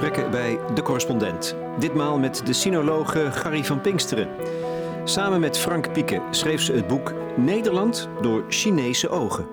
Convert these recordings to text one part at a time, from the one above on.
gesprekken bij De Correspondent. Ditmaal met de sinologe Garry van Pinksteren. Samen met Frank Pieke schreef ze het boek Nederland door Chinese ogen.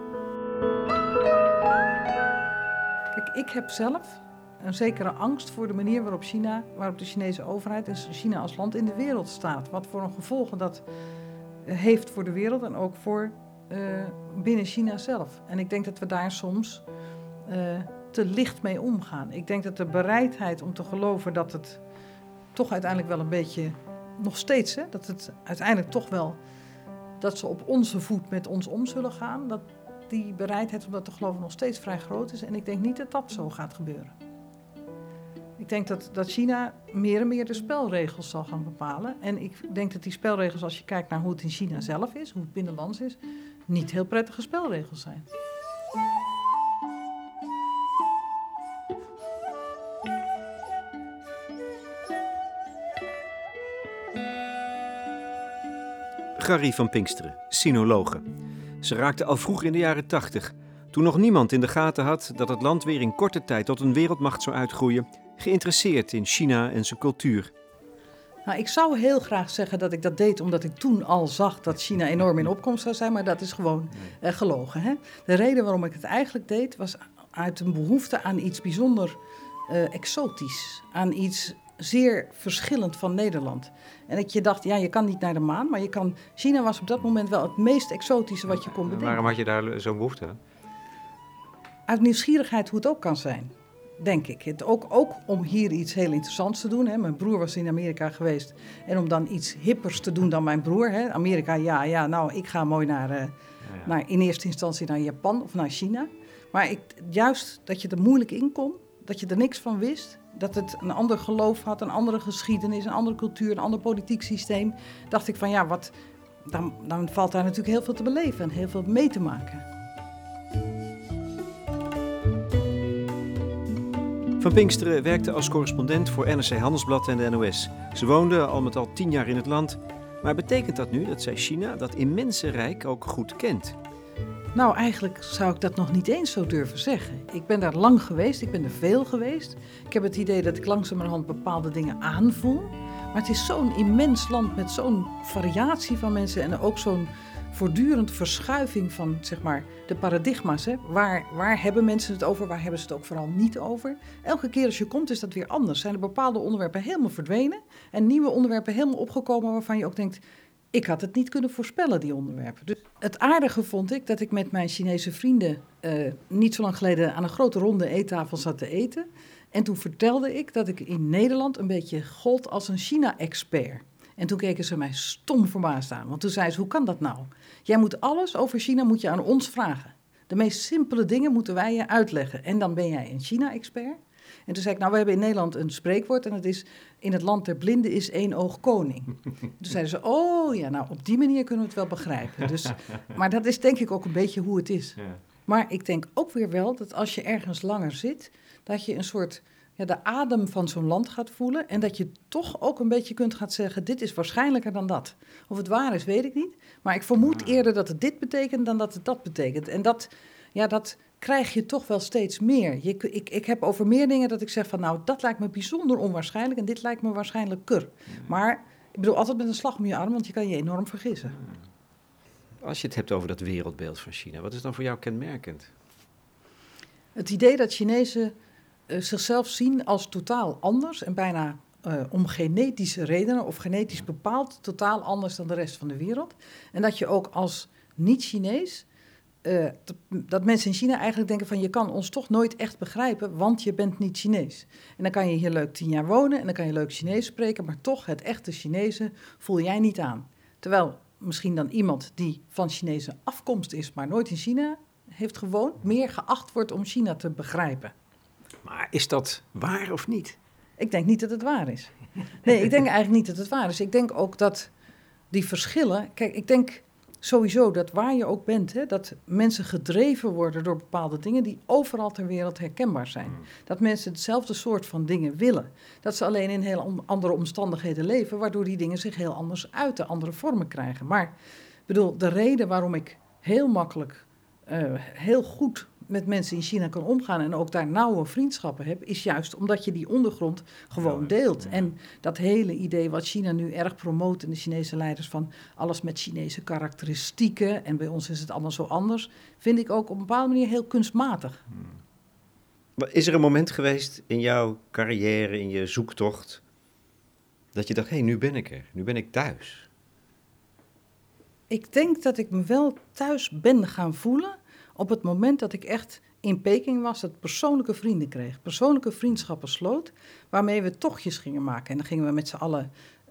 Kijk, ik heb zelf een zekere angst voor de manier waarop de Chinese overheid en China als land in de wereld staat. Wat voor een gevolgen dat heeft voor de wereld en ook voor binnen China zelf. En ik denk dat we daar soms te licht mee omgaan. Ik denk dat de bereidheid om te geloven dat het toch uiteindelijk wel een beetje, nog steeds, dat het uiteindelijk toch wel, dat ze op onze voet met ons om zullen gaan, dat die bereidheid om dat te geloven nog steeds vrij groot is. En ik denk niet dat dat zo gaat gebeuren. Ik denk dat China meer en meer de spelregels zal gaan bepalen. En ik denk dat die spelregels, als je kijkt naar hoe het in China zelf is, hoe het binnenlands is, niet heel prettige spelregels zijn. Garry van Pinksteren, sinologe. Ze raakte al vroeg in de jaren 80, toen nog niemand in de gaten had dat het land weer in korte tijd tot een wereldmacht zou uitgroeien, geïnteresseerd in China en zijn cultuur. Nou, ik zou heel graag zeggen dat ik dat deed omdat ik toen al zag dat China enorm in opkomst zou zijn, maar dat is gewoon gelogen. Hè? De reden waarom ik het eigenlijk deed was uit een behoefte aan iets bijzonder exotisch, aan iets zeer verschillend van Nederland. En dat je dacht, ja, je kan niet naar de maan, maar China was op dat moment wel het meest exotische wat je kon bedenken. Waarom had je daar zo'n behoefte aan? Uit nieuwsgierigheid hoe het ook kan zijn, denk ik. Ook om hier iets heel interessants te doen. Hè. Mijn broer was in Amerika geweest. En om dan iets hippers te doen dan mijn broer. Hè. Amerika, nou, ik ga mooi naar in eerste instantie naar Japan of naar China. Maar juist dat je er moeilijk in kon, dat je er niks van wist, dat het een ander geloof had, een andere geschiedenis, een andere cultuur, een ander politiek systeem, dacht ik van dan valt daar natuurlijk heel veel te beleven en heel veel mee te maken. Van Pinksteren werkte als correspondent voor NRC Handelsblad en de NOS. Ze woonde al met 10 jaar in het land. Maar betekent dat nu dat zij China, dat immense rijk, ook goed kent? Nou, eigenlijk zou ik dat nog niet eens zo durven zeggen. Ik ben daar lang geweest, ik ben er veel geweest. Ik heb het idee dat ik langzamerhand bepaalde dingen aanvoel. Maar het is zo'n immens land met zo'n variatie van mensen en ook zo'n voortdurend verschuiving van, zeg maar, de paradigma's. Hè? Waar hebben mensen het over, waar hebben ze het ook vooral niet over? Elke keer als je komt is dat weer anders. Zijn er bepaalde onderwerpen helemaal verdwenen en nieuwe onderwerpen helemaal opgekomen waarvan je ook denkt, ik had het niet kunnen voorspellen, die onderwerpen. Dus het aardige vond ik dat ik met mijn Chinese vrienden niet zo lang geleden aan een grote ronde eettafel zat te eten. En toen vertelde ik dat ik in Nederland een beetje gold als een China-expert. En toen keken ze mij stom verbaasd aan. Want toen zei ze, hoe kan dat nou? Jij moet alles over China moet je aan ons vragen. De meest simpele dingen moeten wij je uitleggen. En dan ben jij een China-expert? En toen zei ik, we hebben in Nederland een spreekwoord en dat is, in het land der blinden is één oog koning. Toen zeiden ze, op die manier kunnen we het wel begrijpen. Maar dat is denk ik ook een beetje hoe het is. Ja. Maar ik denk ook weer wel dat als je ergens langer zit, dat je een soort de adem van zo'n land gaat voelen en dat je toch ook een beetje kunt gaan zeggen, dit is waarschijnlijker dan dat. Of het waar is, weet ik niet. Maar ik vermoed eerder dat het dit betekent dan dat het dat betekent. En dat krijg je toch wel steeds meer. Ik heb over meer dingen dat ik zeg van, dat lijkt me bijzonder onwaarschijnlijk en dit lijkt me waarschijnlijker. Ja. Maar ik bedoel, altijd met een slag om je arm, want je kan je enorm vergissen. Als je het hebt over dat wereldbeeld van China, wat is dan voor jou kenmerkend? Het idee dat Chinezen zichzelf zien als totaal anders en bijna om genetische redenen of genetisch bepaald totaal anders dan de rest van de wereld. En dat je ook als niet-Chinees, dat mensen in China eigenlijk denken van je kan ons toch nooit echt begrijpen, want je bent niet Chinees. En dan kan je hier leuk 10 jaar wonen en dan kan je leuk Chinees spreken, maar toch het echte Chinese voel jij niet aan. Terwijl misschien dan iemand die van Chinese afkomst is, maar nooit in China heeft gewoond, meer geacht wordt om China te begrijpen. Maar is dat waar of niet? Ik denk niet dat het waar is. Nee, ik denk eigenlijk niet dat het waar is. Ik denk ook dat die verschillen, kijk, ik denk sowieso dat waar je ook bent, dat mensen gedreven worden door bepaalde dingen die overal ter wereld herkenbaar zijn. Dat mensen hetzelfde soort van dingen willen. Dat ze alleen in heel andere omstandigheden leven, waardoor die dingen zich heel anders uiten, andere vormen krijgen. Maar ik bedoel, de reden waarom ik heel makkelijk, heel goed met mensen in China kan omgaan en ook daar nauwe vriendschappen heb, is juist omdat je die ondergrond gewoon deelt. Ja. En dat hele idee wat China nu erg promoot in de Chinese leiders van alles met Chinese karakteristieken en bij ons is het allemaal zo anders, vind ik ook op een bepaalde manier heel kunstmatig. Is er een moment geweest in jouw carrière, in je zoektocht, dat je dacht, hé, nu ben ik er, nu ben ik thuis? Ik denk dat ik me wel thuis ben gaan voelen op het moment dat ik echt in Peking was, dat persoonlijke vrienden kreeg. Persoonlijke vriendschappen sloot, waarmee we tochtjes gingen maken. En dan gingen we met z'n allen,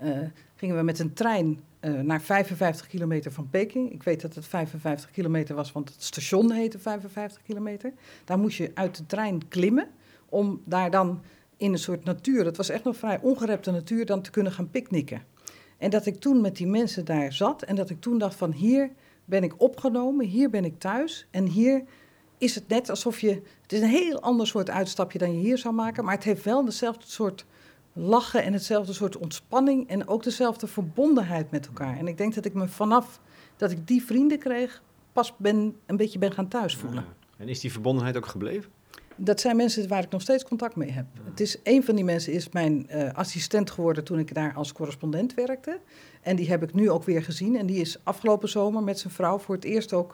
met een trein naar 55 kilometer van Peking. Ik weet dat het 55 kilometer was, want het station heette 55 kilometer. Daar moest je uit de trein klimmen om daar dan in een soort natuur, dat was echt nog vrij ongerepte natuur, dan te kunnen gaan picknicken. En dat ik toen met die mensen daar zat en dat ik toen dacht van hier ben ik opgenomen, hier ben ik thuis en hier is het net alsof je, het is een heel ander soort uitstapje dan je hier zou maken, maar het heeft wel dezelfde soort lachen en hetzelfde soort ontspanning en ook dezelfde verbondenheid met elkaar. En ik denk dat ik me vanaf dat ik die vrienden kreeg, pas een beetje ben gaan thuis voelen. Ja. En is die verbondenheid ook gebleven? Dat zijn mensen waar ik nog steeds contact mee heb. Het is, een van die mensen is mijn assistent geworden toen ik daar als correspondent werkte. En die heb ik nu ook weer gezien. En die is afgelopen zomer met zijn vrouw voor het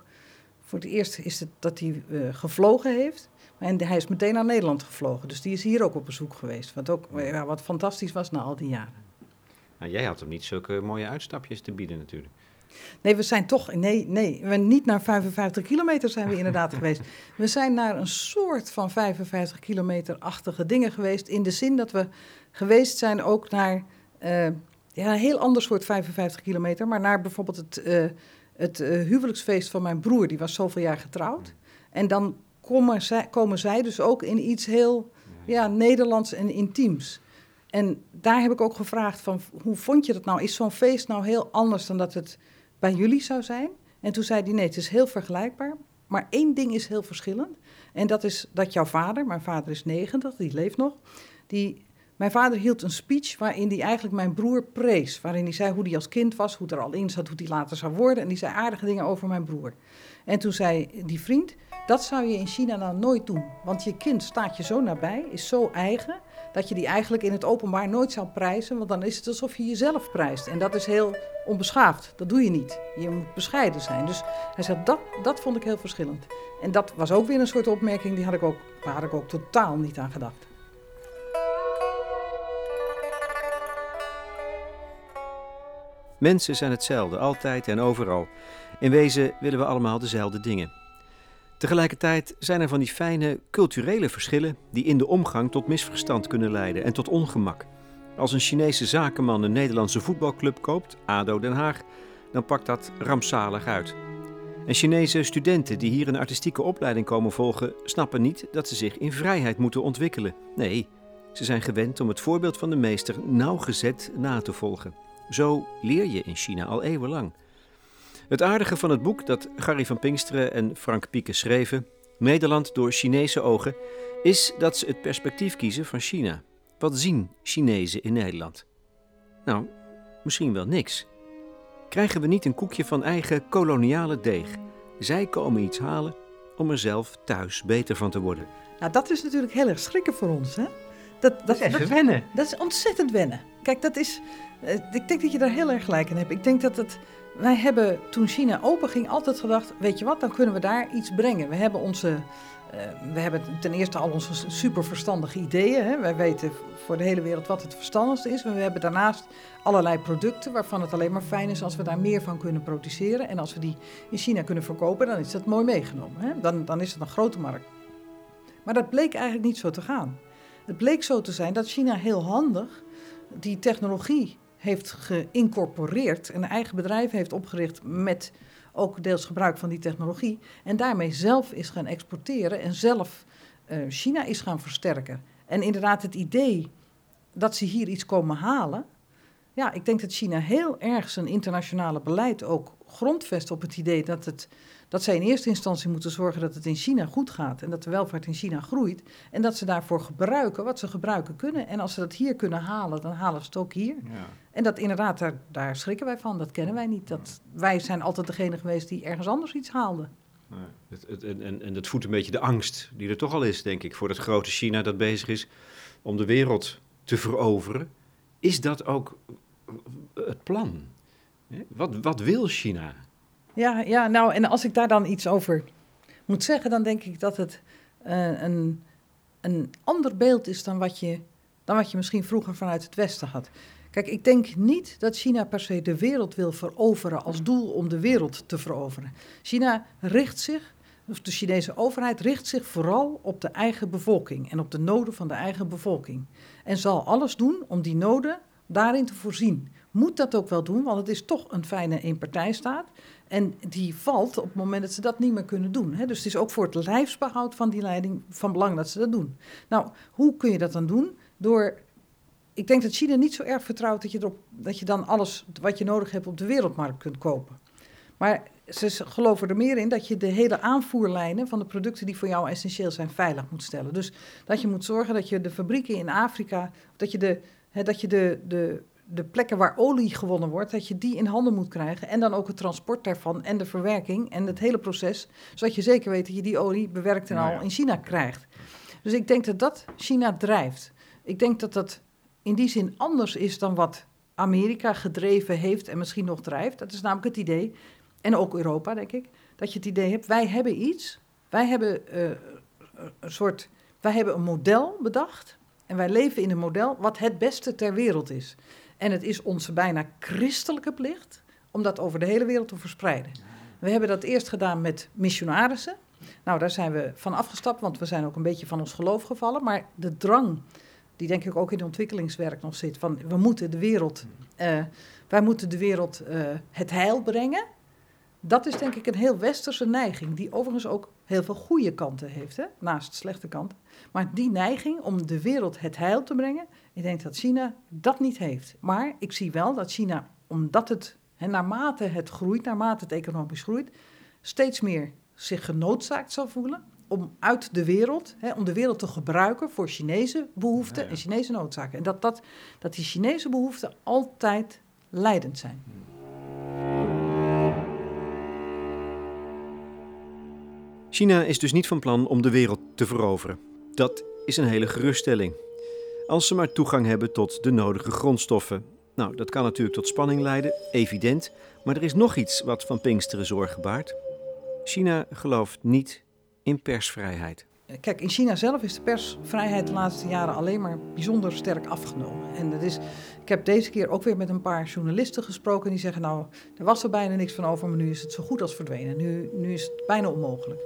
eerst is het dat hij gevlogen heeft. En hij is meteen naar Nederland gevlogen. Dus die is hier ook op bezoek geweest. Wat ook wat fantastisch was na al die jaren. Nou, jij had hem niet zulke mooie uitstapjes te bieden natuurlijk. Nee, we zijn toch... Nee, we niet naar 55 kilometer zijn we inderdaad geweest. We zijn naar een soort van 55 kilometer-achtige dingen geweest. In de zin dat we geweest zijn ook naar... een heel ander soort 55 kilometer. Maar naar bijvoorbeeld het huwelijksfeest van mijn broer. Die was zoveel jaar getrouwd. En dan komen zij dus ook in iets heel Nederlands en intiems. En daar heb ik ook gevraagd van, hoe vond je dat nou? Is zo'n feest nou heel anders dan dat het bij jullie zou zijn? En toen zei hij, nee, het is heel vergelijkbaar. Maar één ding is heel verschillend. En dat is dat jouw vader, mijn vader is 90, die leeft nog. Mijn vader hield een speech waarin hij eigenlijk mijn broer prees. Waarin hij zei hoe hij als kind was, hoe het er al in zat, hoe hij later zou worden. En die zei aardige dingen over mijn broer. En toen zei die vriend, dat zou je in China nou nooit doen. Want je kind staat je zo nabij, is zo eigen, dat je die eigenlijk in het openbaar nooit zou prijzen. Want dan is het alsof je jezelf prijst. En dat is heel onbeschaafd. Dat doe je niet. Je moet bescheiden zijn. Dus hij zei, dat vond ik heel verschillend. En dat was ook weer een soort opmerking, daar had ik ook totaal niet aan gedacht. Mensen zijn hetzelfde, altijd en overal. In wezen willen we allemaal dezelfde dingen. Tegelijkertijd zijn er van die fijne culturele verschillen die in de omgang tot misverstand kunnen leiden en tot ongemak. Als een Chinese zakenman een Nederlandse voetbalclub koopt, ADO Den Haag, dan pakt dat rampzalig uit. En Chinese studenten die hier een artistieke opleiding komen volgen, snappen niet dat ze zich in vrijheid moeten ontwikkelen. Nee, ze zijn gewend om het voorbeeld van de meester nauwgezet na te volgen. Zo leer je in China al eeuwenlang. Het aardige van het boek dat Gary van Pinksteren en Frank Pieke schreven, Nederland door Chinese ogen, is dat ze het perspectief kiezen van China. Wat zien Chinezen in Nederland? Nou, misschien wel niks. Krijgen we niet een koekje van eigen koloniale deeg? Zij komen iets halen om er zelf thuis beter van te worden. Nou, dat is natuurlijk heel erg schrikken voor ons, hè? Dat is even wennen. Dat is ontzettend wennen. Kijk, ik denk dat je daar heel erg gelijk in hebt. Ik denk dat wij hebben toen China open ging altijd gedacht, weet je wat, dan kunnen we daar iets brengen. We hebben ten eerste al onze superverstandige ideeën. Hè? Wij weten voor de hele wereld wat het verstandigste is. Maar we hebben daarnaast allerlei producten waarvan het alleen maar fijn is als we daar meer van kunnen produceren. En als we die in China kunnen verkopen, dan is dat mooi meegenomen. Hè? Dan is het een grote markt. Maar dat bleek eigenlijk niet zo te gaan. Het bleek zo te zijn dat China heel handig die technologie heeft geïncorporeerd en een eigen bedrijf heeft opgericht met ook deels gebruik van die technologie. En daarmee zelf is gaan exporteren en zelf China is gaan versterken. En inderdaad het idee dat ze hier iets komen halen. Ja, ik denk dat China heel erg zijn internationale beleid ook grondvest op het idee dat zij in eerste instantie moeten zorgen dat het in China goed gaat en dat de welvaart in China groeit en dat ze daarvoor gebruiken wat ze gebruiken kunnen. En als ze dat hier kunnen halen, dan halen ze het ook hier. Ja. En dat inderdaad, daar schrikken wij van, dat kennen wij niet. Wij zijn altijd degene geweest die ergens anders iets haalde. En dat voedt een beetje de angst die er toch al is, denk ik, voor dat grote China dat bezig is om de wereld te veroveren. Is dat ook het plan? Wat wil China? Ja, nou, en als ik daar dan iets over moet zeggen, dan denk ik dat het een ander beeld is dan wat je misschien vroeger vanuit het Westen had. Kijk, ik denk niet dat China per se de wereld wil veroveren als doel om de wereld te veroveren. De Chinese overheid richt zich vooral op de eigen bevolking en op de noden van de eigen bevolking. En zal alles doen om die noden daarin te voorzien. Moet dat ook wel doen, want het is toch een fijne eenpartijstaat. En die valt op het moment dat ze dat niet meer kunnen doen. Hè? Dus het is ook voor het lijfsbehoud van die leiding van belang dat ze dat doen. Nou, hoe kun je dat dan doen? Ik denk dat China niet zo erg vertrouwt dat je dan alles wat je nodig hebt op de wereldmarkt kunt kopen. Maar ze geloven er meer in dat je de hele aanvoerlijnen van de producten die voor jou essentieel zijn veilig moet stellen. Dus dat je moet zorgen dat je de fabrieken in Afrika, dat je de plekken waar olie gewonnen wordt, dat je die in handen moet krijgen. En dan ook het transport daarvan en de verwerking en het hele proces. Zodat je zeker weet dat je die olie bewerkt en al in China krijgt. Dus ik denk dat China drijft. Ik denk dat dat in die zin anders is dan wat Amerika gedreven heeft en misschien nog drijft. Dat is namelijk het idee, en ook Europa denk ik, dat je het idee hebt, wij hebben iets, wij hebben een model bedacht en wij leven in een model wat het beste ter wereld is. En het is onze bijna christelijke plicht om dat over de hele wereld te verspreiden. We hebben dat eerst gedaan met missionarissen. Nou, daar zijn we van afgestapt, want we zijn ook een beetje van ons geloof gevallen. Maar de drang, die denk ik ook in het ontwikkelingswerk nog zit, van wij moeten de wereld het heil brengen. Dat is denk ik een heel westerse neiging, die overigens ook heel veel goede kanten heeft, hè, naast slechte kanten. Maar die neiging om de wereld het heil te brengen, ik denk dat China dat niet heeft. Maar ik zie wel dat China, omdat het, naarmate het groeit, naarmate het economisch groeit, steeds meer zich genoodzaakt zal voelen om uit de wereld, om de wereld te gebruiken voor Chinese behoeften en Chinese noodzaken. En dat die Chinese behoeften altijd leidend zijn. China is dus niet van plan om de wereld te veroveren. Dat is een hele geruststelling. Als ze maar toegang hebben tot de nodige grondstoffen. Nou, dat kan natuurlijk tot spanning leiden, evident. Maar er is nog iets wat van Pinksteren zorgen baart. China gelooft niet in persvrijheid. Kijk, in China zelf is de persvrijheid de laatste jaren alleen maar bijzonder sterk afgenomen. En ik heb deze keer ook weer met een paar journalisten gesproken die zeggen, nou, er was er bijna niks van over, maar nu is het zo goed als verdwenen. Nu is het bijna onmogelijk.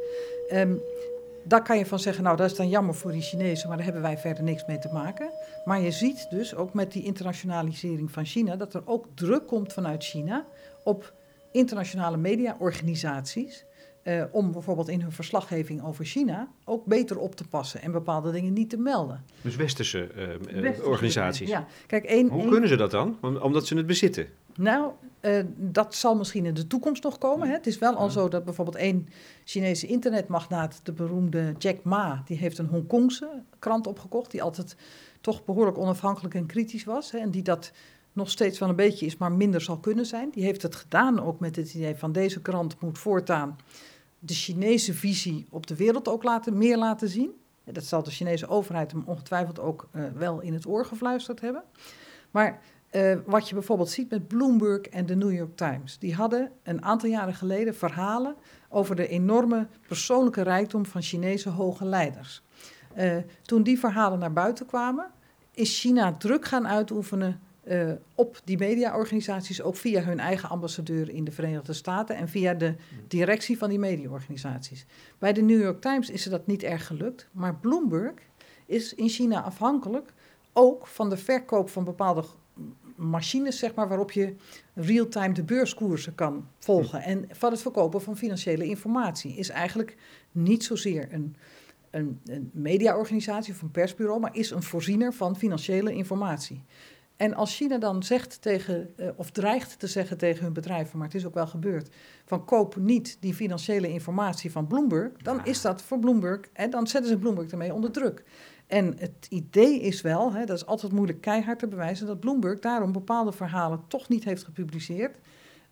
Daar kan je van zeggen, nou, dat is dan jammer voor die Chinezen, maar daar hebben wij verder niks mee te maken. Maar je ziet dus ook met die internationalisering van China, dat er ook druk komt vanuit China op internationale mediaorganisaties, om bijvoorbeeld in hun verslaggeving over China ook beter op te passen en bepaalde dingen niet te melden. Dus westerse organisaties? Ja. Kijk, Hoe kunnen ze dat dan? Omdat ze het bezitten? Nou, dat zal misschien in de toekomst nog komen. Hè. Het is wel al zo dat bijvoorbeeld één Chinese internetmagnaat, de beroemde Jack Ma, die heeft een Hongkongse krant opgekocht, die altijd toch behoorlijk onafhankelijk en kritisch was. Hè, en die dat nog steeds wel een beetje is, maar minder zal kunnen zijn. Die heeft het gedaan ook met het idee van deze krant moet voortaan de Chinese visie op de wereld ook meer laten zien. Dat zal de Chinese overheid hem ongetwijfeld ook wel in het oor gefluisterd hebben. Maar wat je bijvoorbeeld ziet met Bloomberg en de New York Times. Die hadden een aantal jaren geleden verhalen over de enorme persoonlijke rijkdom van Chinese hoge leiders. Toen die verhalen naar buiten kwamen, is China druk gaan uitoefenen op die mediaorganisaties, ook via hun eigen ambassadeur in de Verenigde Staten en via de directie van die mediaorganisaties. Bij de New York Times is dat niet erg gelukt, maar Bloomberg is in China afhankelijk ook van de verkoop van bepaalde machines, zeg maar, waarop je real-time de beurskoersen kan volgen. En van het verkopen van financiële informatie is eigenlijk niet zozeer een mediaorganisatie of een persbureau, maar is een voorziener van financiële informatie. En als China dan zegt of dreigt te zeggen tegen hun bedrijven, maar het is ook wel gebeurd, van koop niet die financiële informatie van Bloomberg, dan is dat voor Bloomberg, en dan zetten ze Bloomberg ermee onder druk. En het idee is wel, dat is altijd moeilijk keihard te bewijzen, dat Bloomberg daarom bepaalde verhalen toch niet heeft gepubliceerd,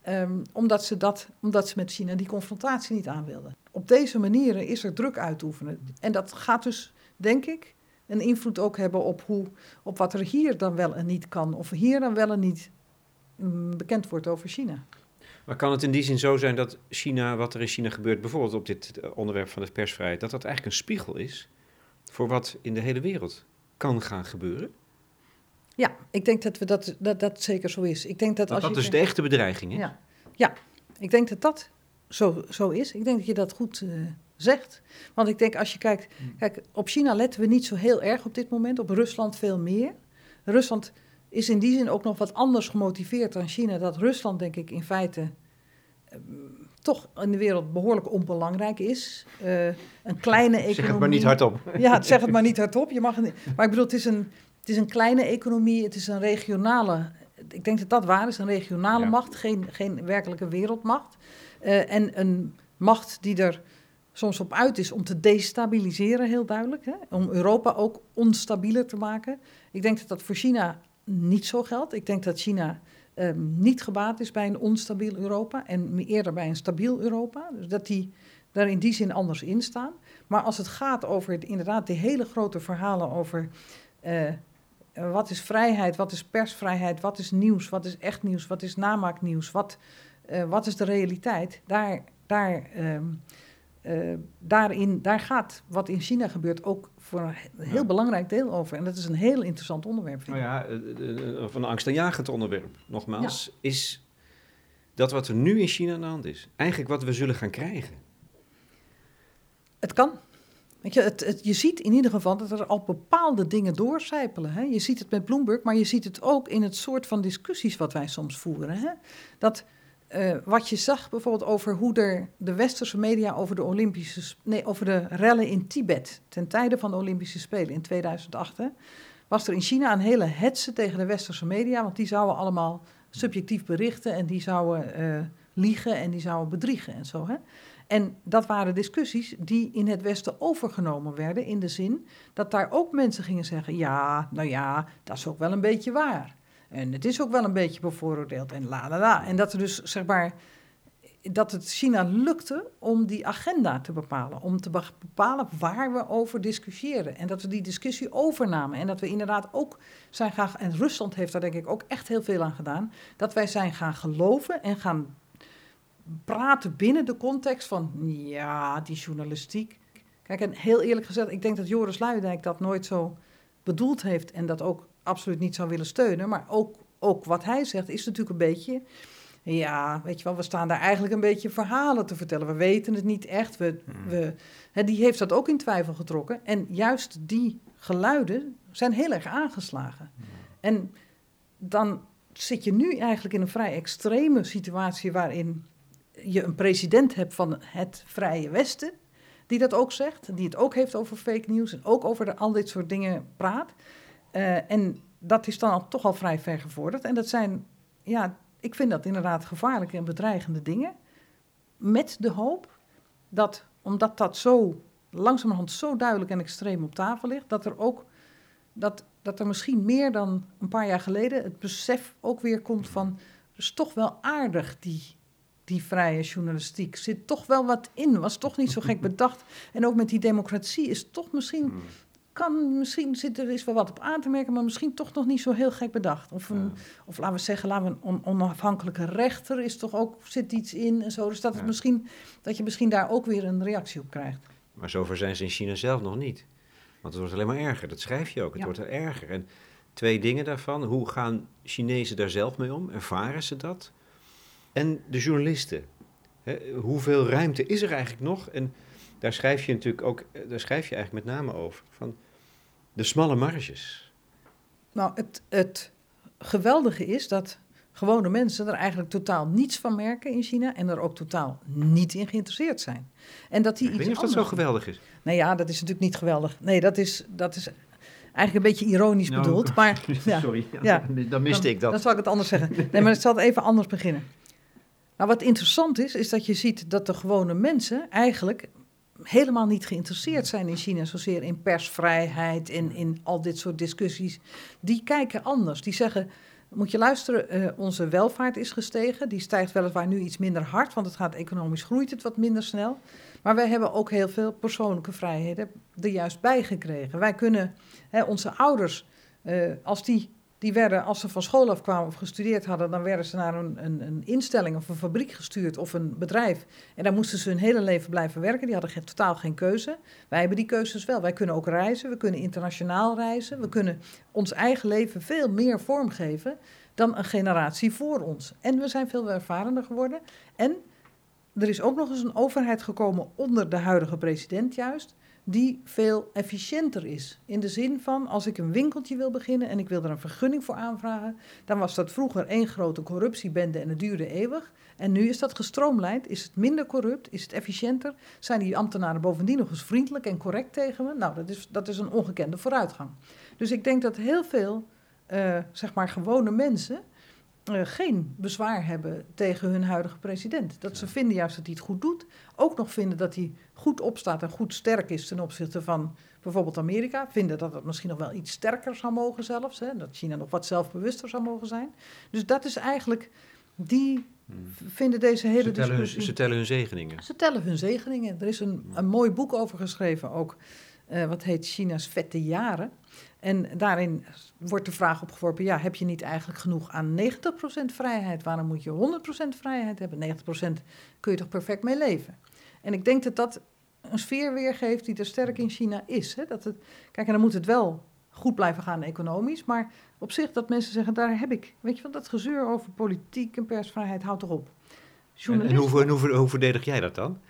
Omdat ze met China die confrontatie niet aan wilden. Op deze manieren is er druk uitoefenen. En dat gaat dus, denk ik, een invloed ook hebben op wat er hier dan wel en niet kan. Of hier dan wel en niet bekend wordt over China. Maar kan het in die zin zo zijn dat China, wat er in China gebeurt, bijvoorbeeld op dit onderwerp van de persvrijheid, dat eigenlijk een spiegel is voor wat in de hele wereld kan gaan gebeuren? Ja, ik denk dat zeker zo is. Ik denk dat dus de echte bedreiging is? Ja, ik denk dat zo is. Ik denk dat je dat goed zegt. Want ik denk als je kijkt, op China letten we niet zo heel erg op dit moment, op Rusland veel meer. Rusland is in die zin ook nog wat anders gemotiveerd dan China. Dat Rusland, denk ik, in feite toch in de wereld behoorlijk onbelangrijk is. Een kleine economie. Zeg het maar niet hardop. Ja, zeg het maar niet hardop. Je mag het niet. Maar ik bedoel, het is een kleine economie. Het is een regionale, ik denk dat dat waar is, een regionale macht. Geen werkelijke wereldmacht. En een macht die er soms op uit is om te destabiliseren, heel duidelijk. Hè? Om Europa ook onstabieler te maken. Ik denk dat dat voor China niet zo geldt. Ik denk dat China niet gebaat is bij een onstabiel Europa en eerder bij een stabiel Europa. Dus dat die daar in die zin anders in staan. Maar als het gaat over inderdaad die hele grote verhalen over wat is vrijheid, wat is persvrijheid, wat is nieuws, wat is echt nieuws, wat is namaaknieuws, wat is de realiteit, daar gaat wat in China gebeurt ook voor een heel belangrijk deel over. En dat is een heel interessant onderwerp, vind ik. Van een angstaanjagend onderwerp, nogmaals, is dat wat er nu in China aan de hand is. Eigenlijk wat we zullen gaan krijgen. Het kan. Weet je, je ziet in ieder geval dat er al bepaalde dingen doorcijpelen. Hè? Je ziet het met Bloomberg, maar je ziet het ook in het soort van discussies wat wij soms voeren. Hè? Dat wat je zag bijvoorbeeld over hoe de westerse media over de rellen in Tibet ten tijde van de Olympische Spelen in 2008, was er in China een hele hetze tegen de westerse media, want die zouden allemaal subjectief berichten en die zouden liegen en die zouden bedriegen en zo. Hè? En dat waren discussies die in het Westen overgenomen werden in de zin dat daar ook mensen gingen zeggen, dat is ook wel een beetje waar. En het is ook wel een beetje bevooroordeeld en En dat er dus, zeg maar, dat het China lukte om die agenda te bepalen. Om te bepalen waar we over discussiëren. En dat we die discussie overnamen. En dat we inderdaad ook zijn gaan, en Rusland heeft daar denk ik ook echt heel veel aan gedaan, dat wij zijn gaan geloven en gaan praten binnen de context van, die journalistiek. Kijk, en heel eerlijk gezegd, ik denk dat Joris Luijendijk dat nooit zo bedoeld heeft en dat ook absoluut niet zou willen steunen. Maar ook wat hij zegt is natuurlijk een beetje, weet je wel, we staan daar eigenlijk een beetje verhalen te vertellen. We weten het niet echt. Die heeft dat ook in twijfel getrokken. En juist die geluiden zijn heel erg aangeslagen. En dan zit je nu eigenlijk in een vrij extreme situatie waarin je een president hebt van het Vrije Westen, die dat ook zegt, die het ook heeft over fake news en ook over al dit soort dingen praat. En dat is dan toch al vrij ver gevorderd. En dat zijn, ik vind dat inderdaad gevaarlijke en bedreigende dingen. Met de hoop dat, omdat dat zo langzamerhand zo duidelijk en extreem op tafel ligt, dat er ook, dat er misschien meer dan een paar jaar geleden het besef ook weer komt van, dus toch wel aardig die vrije journalistiek. Zit toch wel wat in, was toch niet zo gek bedacht. En ook met die democratie is toch misschien, zit er is wel wat op aan te merken, maar misschien toch nog niet zo heel gek bedacht. Of laten we zeggen, een onafhankelijke rechter is toch ook, zit iets in en zo. Dus dat je misschien daar ook weer een reactie op krijgt. Maar zover zijn ze in China zelf nog niet. Want het wordt alleen maar erger, dat schrijf je ook. Het wordt er erger. En 2 dingen daarvan, hoe gaan Chinezen daar zelf mee om? Ervaren ze dat? En de journalisten. Hoeveel ruimte is er eigenlijk nog? En daar schrijf je natuurlijk ook, eigenlijk met name over. Van de smalle marges. Nou, het geweldige is dat gewone mensen er eigenlijk totaal niets van merken in China en er ook totaal niet in geïnteresseerd zijn. En dat die ik weet niet of dat zo geweldig is. Nee, dat is natuurlijk niet geweldig. Nee, dat is eigenlijk een beetje ironisch bedoeld. Maar, sorry, dan miste ik dat. Dan zal ik het anders zeggen. Nee, maar ik zal het even anders beginnen. Nou, wat interessant is dat je ziet dat de gewone mensen eigenlijk helemaal niet geïnteresseerd zijn in China, zozeer in persvrijheid en in al dit soort discussies. Die kijken anders. Die zeggen, Moet je luisteren, onze welvaart is gestegen. Die stijgt weliswaar nu iets minder hard, want het gaat economisch groeit het wat minder snel. Maar wij hebben ook heel veel persoonlijke vrijheden er juist bij gekregen. Wij kunnen, onze ouders, als ze van school afkwamen of gestudeerd hadden, dan werden ze naar een instelling of een fabriek gestuurd of een bedrijf. En daar moesten ze hun hele leven blijven werken. Die hadden totaal geen keuze. Wij hebben die keuzes wel. Wij kunnen ook reizen, we kunnen internationaal reizen. We kunnen ons eigen leven veel meer vormgeven dan een generatie voor ons. En we zijn veel ervarender geworden. En er is ook nog eens een overheid gekomen onder de huidige president juist, die veel efficiënter is. In de zin van, als ik een winkeltje wil beginnen en ik wil er een vergunning voor aanvragen, dan was dat vroeger één grote corruptiebende en het duurde eeuwig. En nu is dat gestroomlijnd, is het minder corrupt, is het efficiënter, zijn die ambtenaren bovendien nog eens vriendelijk en correct tegen me. Nou, dat is een ongekende vooruitgang. Dus ik denk dat heel veel, gewone mensen geen bezwaar hebben tegen hun huidige president. Dat ze vinden juist dat hij het goed doet. Ook nog vinden dat hij goed opstaat en goed sterk is ten opzichte van bijvoorbeeld Amerika. Vinden dat het misschien nog wel iets sterker zou mogen zelfs. Hè? Dat China nog wat zelfbewuster zou mogen zijn. Dus dat is eigenlijk, die vinden deze hele discussie... Ze tellen hun zegeningen. Ze tellen hun zegeningen. Er is een mooi boek over geschreven ook. Wat heet China's vette jaren. En daarin wordt de vraag opgeworpen, ja, heb je niet eigenlijk genoeg aan 90% vrijheid? Waarom moet je 100% vrijheid hebben? 90% kun je toch perfect mee leven? En ik denk dat dat een sfeer weergeeft die er sterk in China is. Hè? Kijk, en dan moet het wel goed blijven gaan economisch, maar op zich dat mensen zeggen, daar heb ik, weet je wat, dat gezeur over politiek en persvrijheid, houdt toch op. En hoe verdedig jij dat dan?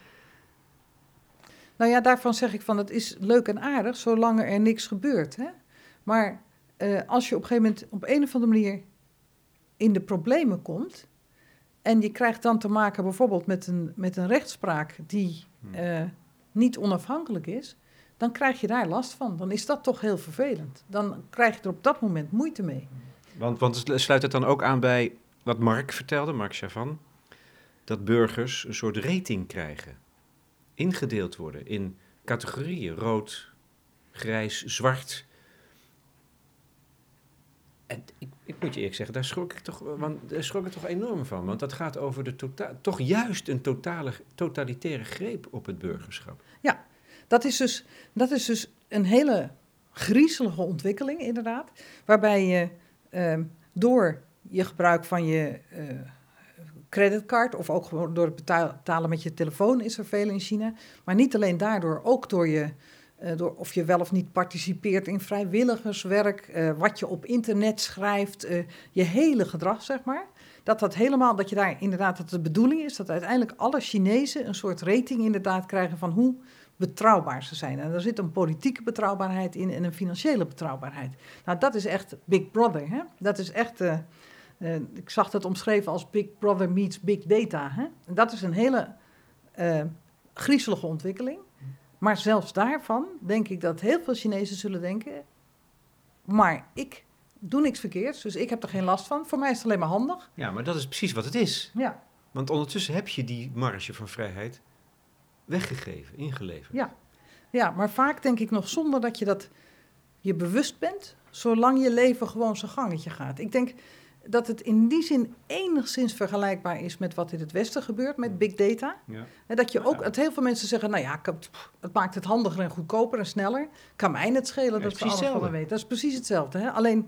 Nou ja, daarvan zeg ik van, het is leuk en aardig, zolang er niks gebeurt. Hè? Maar als je op een gegeven moment op een of andere manier in de problemen komt en je krijgt dan te maken bijvoorbeeld met een rechtspraak die niet onafhankelijk is, dan krijg je daar last van. Dan is dat toch heel vervelend. Dan krijg je er op dat moment moeite mee. Want sluit het dan ook aan bij wat Mark vertelde, Mark Chavan, dat burgers een soort rating krijgen, ingedeeld worden in categorieën, rood, grijs, zwart. En ik moet je eerlijk zeggen, daar schrok ik toch enorm van. Want dat gaat over toch juist een totalitaire greep op het burgerschap. Ja, dat is dus een hele griezelige ontwikkeling inderdaad. Waarbij je door je gebruik van je creditcard of ook gewoon door het betalen met je telefoon is er veel in China. Maar niet alleen daardoor, ook door of je wel of niet participeert in vrijwilligerswerk, wat je op internet schrijft, je hele gedrag, zeg maar. Dat je daar inderdaad, dat de bedoeling is dat uiteindelijk alle Chinezen een soort rating inderdaad krijgen van hoe betrouwbaar ze zijn. En er zit een politieke betrouwbaarheid in en een financiële betrouwbaarheid. Nou, dat is echt Big Brother, hè? Dat is echt... ik zag dat omschreven als Big Brother meets Big Data. Hè? En dat is een hele griezelige ontwikkeling. Maar zelfs daarvan denk ik dat heel veel Chinezen zullen denken, maar ik doe niks verkeerds, dus ik heb er geen last van. Voor mij is het alleen maar handig. Ja, maar dat is precies wat het is. Ja. Want ondertussen heb je die marge van vrijheid weggegeven, ingeleverd. Ja, maar vaak denk ik nog zonder dat je bewust bent, zolang je leven gewoon zijn gangetje gaat. Ik denk dat het in die zin enigszins vergelijkbaar is met wat in het Westen gebeurt met big data. Ja. En dat je ook, dat heel veel mensen zeggen, nou ja, het maakt het handiger en goedkoper en sneller. Kan mij net schelen dat ze alles van me weten. Dat is precies hetzelfde. Hè? Alleen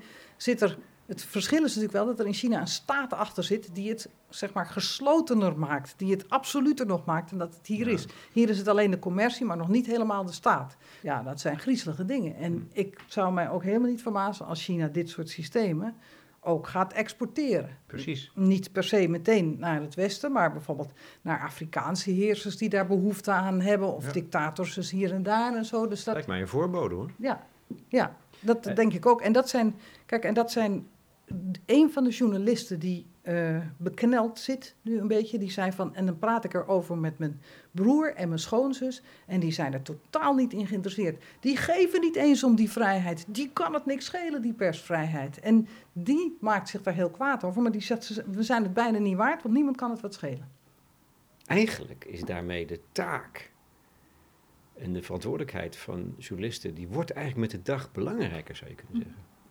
het verschil is natuurlijk wel dat er in China een staat achter zit die het, zeg maar, geslotener maakt. Die het absoluter nog maakt dan dat het hier is. Hier is het alleen de commercie, maar nog niet helemaal de staat. Ja, dat zijn griezelige dingen. En ik zou mij ook helemaal niet verbazen als China dit soort systemen ook gaat exporteren. Precies. Niet per se meteen naar het Westen, maar bijvoorbeeld naar Afrikaanse heersers die daar behoefte aan hebben, of dictators dus hier en daar en zo. Dus dat lijkt mij een voorbode, hoor. Ja, dat denk ik ook. En dat zijn een van de journalisten die bekneld zit nu een beetje, die zei van, en dan praat ik erover met mijn broer en mijn schoonzus, en die zijn er totaal niet in geïnteresseerd. Die geven niet eens om die vrijheid. Die kan het niks schelen, die persvrijheid. En die maakt zich daar heel kwaad over, maar die zegt, we zijn het bijna niet waard, want niemand kan het wat schelen. Eigenlijk is daarmee de taak en de verantwoordelijkheid van journalisten, die wordt eigenlijk met de dag belangrijker, zou je kunnen zeggen.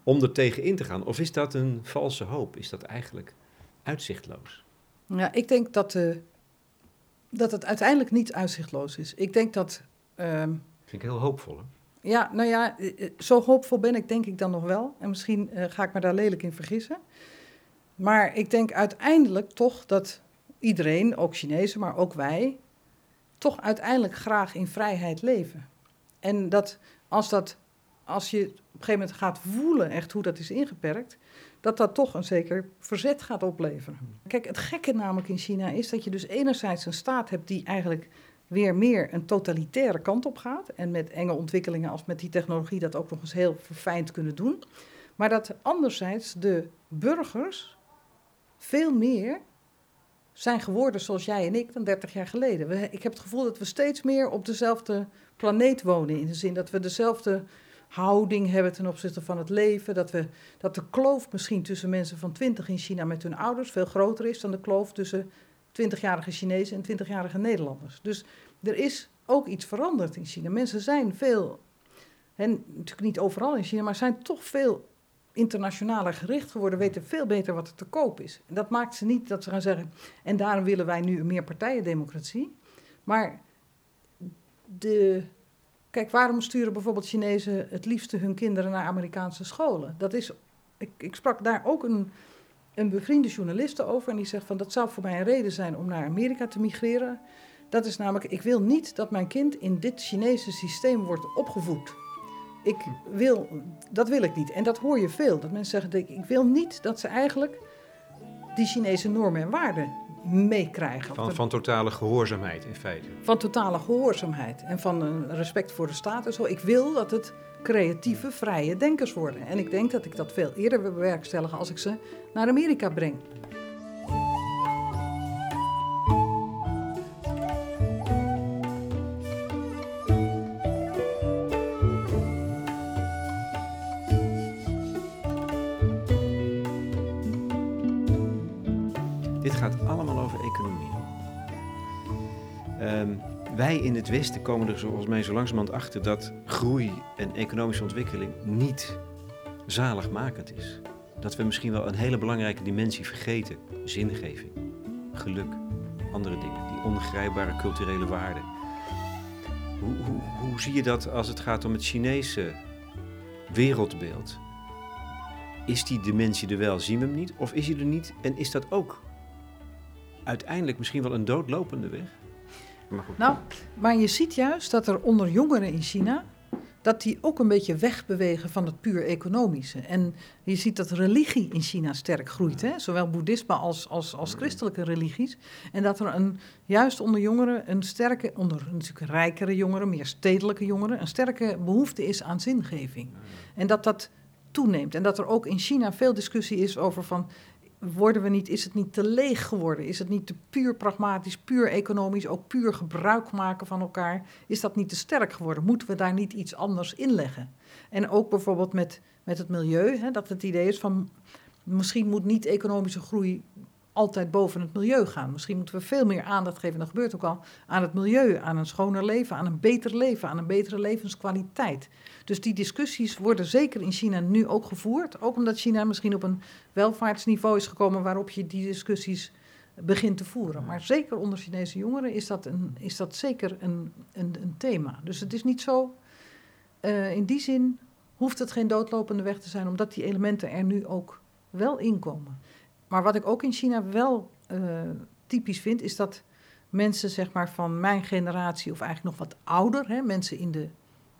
om er tegen in te gaan? Of is dat een valse hoop? Is dat eigenlijk uitzichtloos? Ja, ik denk dat het uiteindelijk niet uitzichtloos is. Ik denk dat... Vind ik heel hoopvol, hè? Ja, nou ja, zo hoopvol ben ik denk ik dan nog wel. En misschien ga ik me daar lelijk in vergissen. Maar ik denk uiteindelijk toch dat iedereen, ook Chinezen, maar ook wij, toch uiteindelijk graag in vrijheid leven. En dat als je op een gegeven moment gaat voelen echt hoe dat is ingeperkt, dat toch een zeker verzet gaat opleveren. Kijk, het gekke namelijk in China is dat je dus enerzijds een staat hebt die eigenlijk weer meer een totalitaire kant op gaat. En met enge ontwikkelingen als met die technologie dat ook nog eens heel verfijnd kunnen doen. Maar dat anderzijds de burgers veel meer zijn geworden zoals jij en ik dan 30 jaar geleden. Ik heb het gevoel dat we steeds meer op dezelfde planeet wonen. In de zin dat we dezelfde houding hebben ten opzichte van het leven. Dat de kloof misschien tussen mensen van 20 in China met hun ouders veel groter is dan de kloof tussen 20-jarige Chinezen en 20-jarige Nederlanders. Dus er is ook iets veranderd in China. Mensen zijn veel, en natuurlijk niet overal in China, maar zijn toch veel internationaler gericht geworden, weten veel beter wat er te koop is. En dat maakt ze niet dat ze gaan zeggen, en daarom willen wij nu een meerpartijendemocratie. Maar kijk, waarom sturen bijvoorbeeld Chinezen het liefste hun kinderen naar Amerikaanse scholen? Dat is, ik sprak daar ook een bevriende journaliste over en die zegt van dat zou voor mij een reden zijn om naar Amerika te migreren. Dat is namelijk, ik wil niet dat mijn kind in dit Chinese systeem wordt opgevoed. Dat wil ik niet. En dat hoor je veel. Dat mensen zeggen, ik wil niet dat ze eigenlijk die Chinese normen en waarden meekrijgen. Van totale gehoorzaamheid in feite. Van totale gehoorzaamheid en van een respect voor de staat en zo. Ik wil dat het creatieve, vrije denkers worden. En ik denk dat ik dat veel eerder wil bewerkstelligen als ik ze naar Amerika breng. Dit gaat allemaal over economie. Wij in het Westen komen er volgens mij zo langzamerhand achter dat groei en economische ontwikkeling niet zaligmakend is. Dat we misschien wel een hele belangrijke dimensie vergeten. Zingeving, geluk, andere dingen, die ongrijpbare culturele waarden. Hoe zie je dat als het gaat om het Chinese wereldbeeld? Is die dimensie er wel, zien we hem niet? Of is hij er niet en is dat ook uiteindelijk misschien wel een doodlopende weg? Maar goed. Nou, maar je ziet juist dat er onder jongeren in China, dat die ook een beetje wegbewegen van het puur economische. En je ziet dat religie in China sterk groeit, hè? Zowel boeddhisme als christelijke religies. En dat er juist onder jongeren onder natuurlijk rijkere jongeren, meer stedelijke jongeren, een sterke behoefte is aan zingeving. En dat toeneemt. En dat er ook in China veel discussie is over van, is het niet te leeg geworden? Is het niet te puur pragmatisch, puur economisch, ook puur gebruik maken van elkaar? Is dat niet te sterk geworden? Moeten we daar niet iets anders in leggen? En ook bijvoorbeeld met het milieu, hè, dat het idee is van, misschien moet niet economische groei altijd boven het milieu gaan. Misschien moeten we veel meer aandacht geven, dat gebeurt ook al, aan het milieu, aan een schoner leven, aan een beter leven, aan een betere levenskwaliteit. Dus die discussies worden zeker in China nu ook gevoerd. Ook omdat China misschien op een welvaartsniveau is gekomen waarop je die discussies begint te voeren. Maar zeker onder Chinese jongeren is dat zeker een thema. Dus het is niet zo, in die zin hoeft het geen doodlopende weg te zijn, omdat die elementen er nu ook wel inkomen. Maar wat ik ook in China wel typisch vind, is dat mensen zeg maar van mijn generatie, of eigenlijk nog wat ouder, hè, mensen in de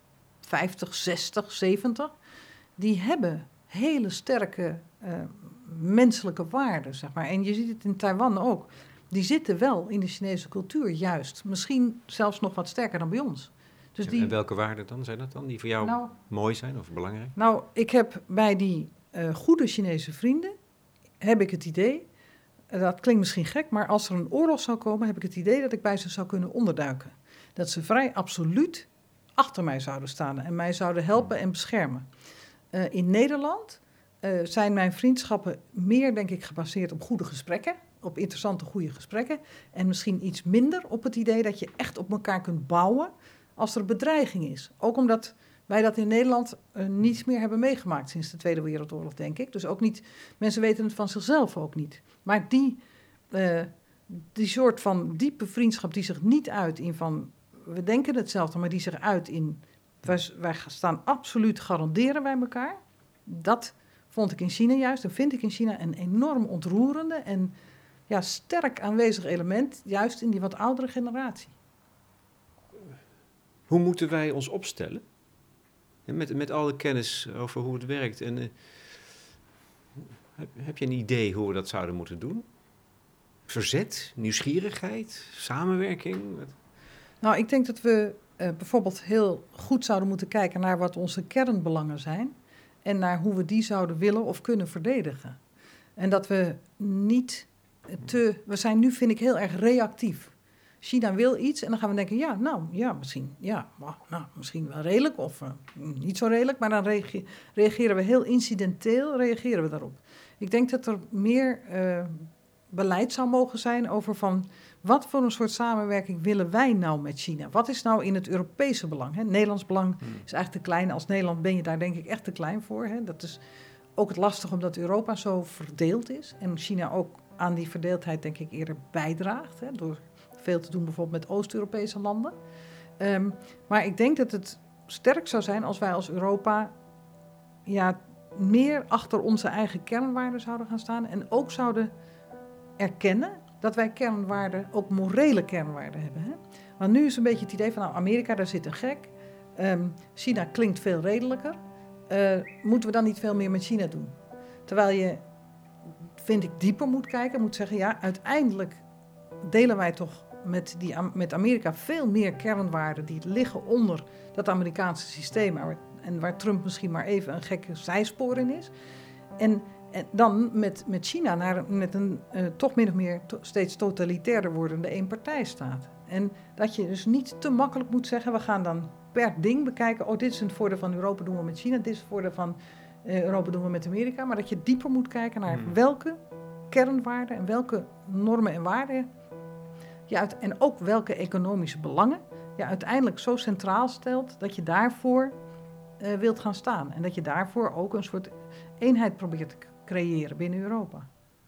50, 60, 70, die hebben hele sterke menselijke waarden, zeg maar. En je ziet het in Taiwan ook. Die zitten wel in de Chinese cultuur juist. Misschien zelfs nog wat sterker dan bij ons. Dus en welke waarden dan zijn dat dan, die voor jou mooi zijn of belangrijk? Nou, ik heb bij die goede Chinese vrienden, heb ik het idee, dat klinkt misschien gek, maar als er een oorlog zou komen, heb ik het idee dat ik bij ze zou kunnen onderduiken. Dat ze vrij absoluut achter mij zouden staan en mij zouden helpen en beschermen. In Nederland zijn mijn vriendschappen meer, denk ik, gebaseerd op goede gesprekken, op interessante, goede gesprekken. En misschien iets minder op het idee dat je echt op elkaar kunt bouwen als er bedreiging is. Ook omdat wij dat in Nederland niet meer hebben meegemaakt sinds de Tweede Wereldoorlog, denk ik. Dus ook niet, mensen weten het van zichzelf ook niet. Maar die soort van diepe vriendschap die zich niet uit in van, we denken hetzelfde, maar die zich uit in, wij staan absoluut, garanderen wij elkaar. Dat vond ik in China juist, en vind ik in China een enorm ontroerende en sterk aanwezig element, juist in die wat oudere generatie. Hoe moeten wij ons opstellen? Met alle kennis over hoe het werkt. En, heb je een idee hoe we dat zouden moeten doen? Verzet, nieuwsgierigheid, samenwerking? Nou, ik denk dat we bijvoorbeeld heel goed zouden moeten kijken naar wat onze kernbelangen zijn. En naar hoe we die zouden willen of kunnen verdedigen. En dat we niet we zijn nu, vind ik, heel erg reactief. China wil iets en dan gaan we denken, misschien wel redelijk of niet zo redelijk. Maar dan reageren we heel incidenteel, reageren we daarop. Ik denk dat er meer beleid zou mogen zijn over van, wat voor een soort samenwerking willen wij nou met China? Wat is nou in het Europese belang? Hè? Nederlands belang is eigenlijk te klein. Als Nederland ben je daar denk ik echt te klein voor. Hè? Dat is ook het lastige omdat Europa zo verdeeld is. En China ook aan die verdeeldheid denk ik eerder bijdraagt. Hè? Door veel te doen bijvoorbeeld met Oost-Europese landen. Maar ik denk dat het sterk zou zijn als wij als Europa meer achter onze eigen kernwaarden zouden gaan staan. En ook zouden erkennen dat wij kernwaarden, ook morele kernwaarden hebben. Hè? Want nu is een beetje het idee van, Amerika, daar zit een gek. China klinkt veel redelijker. Moeten we dan niet veel meer met China doen? Terwijl je, vind ik, dieper moet kijken. Moet zeggen, uiteindelijk delen wij toch met Amerika veel meer kernwaarden die liggen onder dat Amerikaanse systeem. En waar Trump misschien maar even een gekke zijspoor in is. En dan met China met een toch min of meer steeds totalitairder wordende eenpartijstaat. En dat je dus niet te makkelijk moet zeggen, we gaan dan per ding bekijken, dit is het voordeel van Europa, doen we met China, dit is het voordeel van Europa, doen we met Amerika. Maar dat je dieper moet kijken naar welke kernwaarden en welke normen en waarden, en ook welke economische belangen je uiteindelijk zo centraal stelt dat je daarvoor wilt gaan staan. En dat je daarvoor ook een soort eenheid probeert te creëren binnen Europa.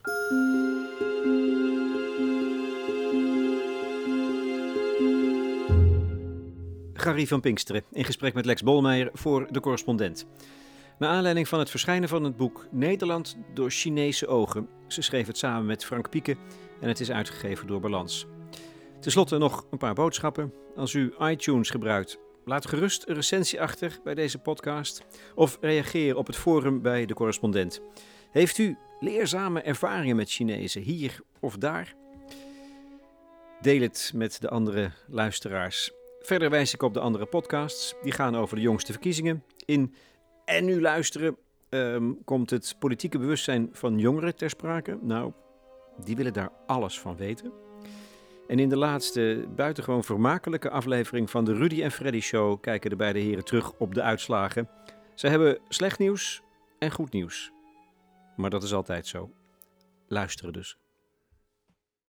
Gary van Pinksteren in gesprek met Lex Bolmeijer voor De Correspondent. Naar aanleiding van het verschijnen van het boek Nederland door Chinese ogen. Ze schreef het samen met Frank Pieke en het is uitgegeven door Balans. Ten slotte nog een paar boodschappen. Als u iTunes gebruikt, laat gerust een recensie achter bij deze podcast of reageer op het forum bij De Correspondent. Heeft u leerzame ervaringen met Chinezen hier of daar? Deel het met de andere luisteraars. Verder wijs ik op de andere podcasts. Die gaan over de jongste verkiezingen. In En Nu Luisteren komt het politieke bewustzijn van jongeren ter sprake. Nou, die willen daar alles van weten. En in de laatste buitengewoon vermakelijke aflevering van de Rudy en Freddy Show kijken de beide heren terug op de uitslagen. Ze hebben slecht nieuws en goed nieuws. Maar dat is altijd zo. Luisteren dus.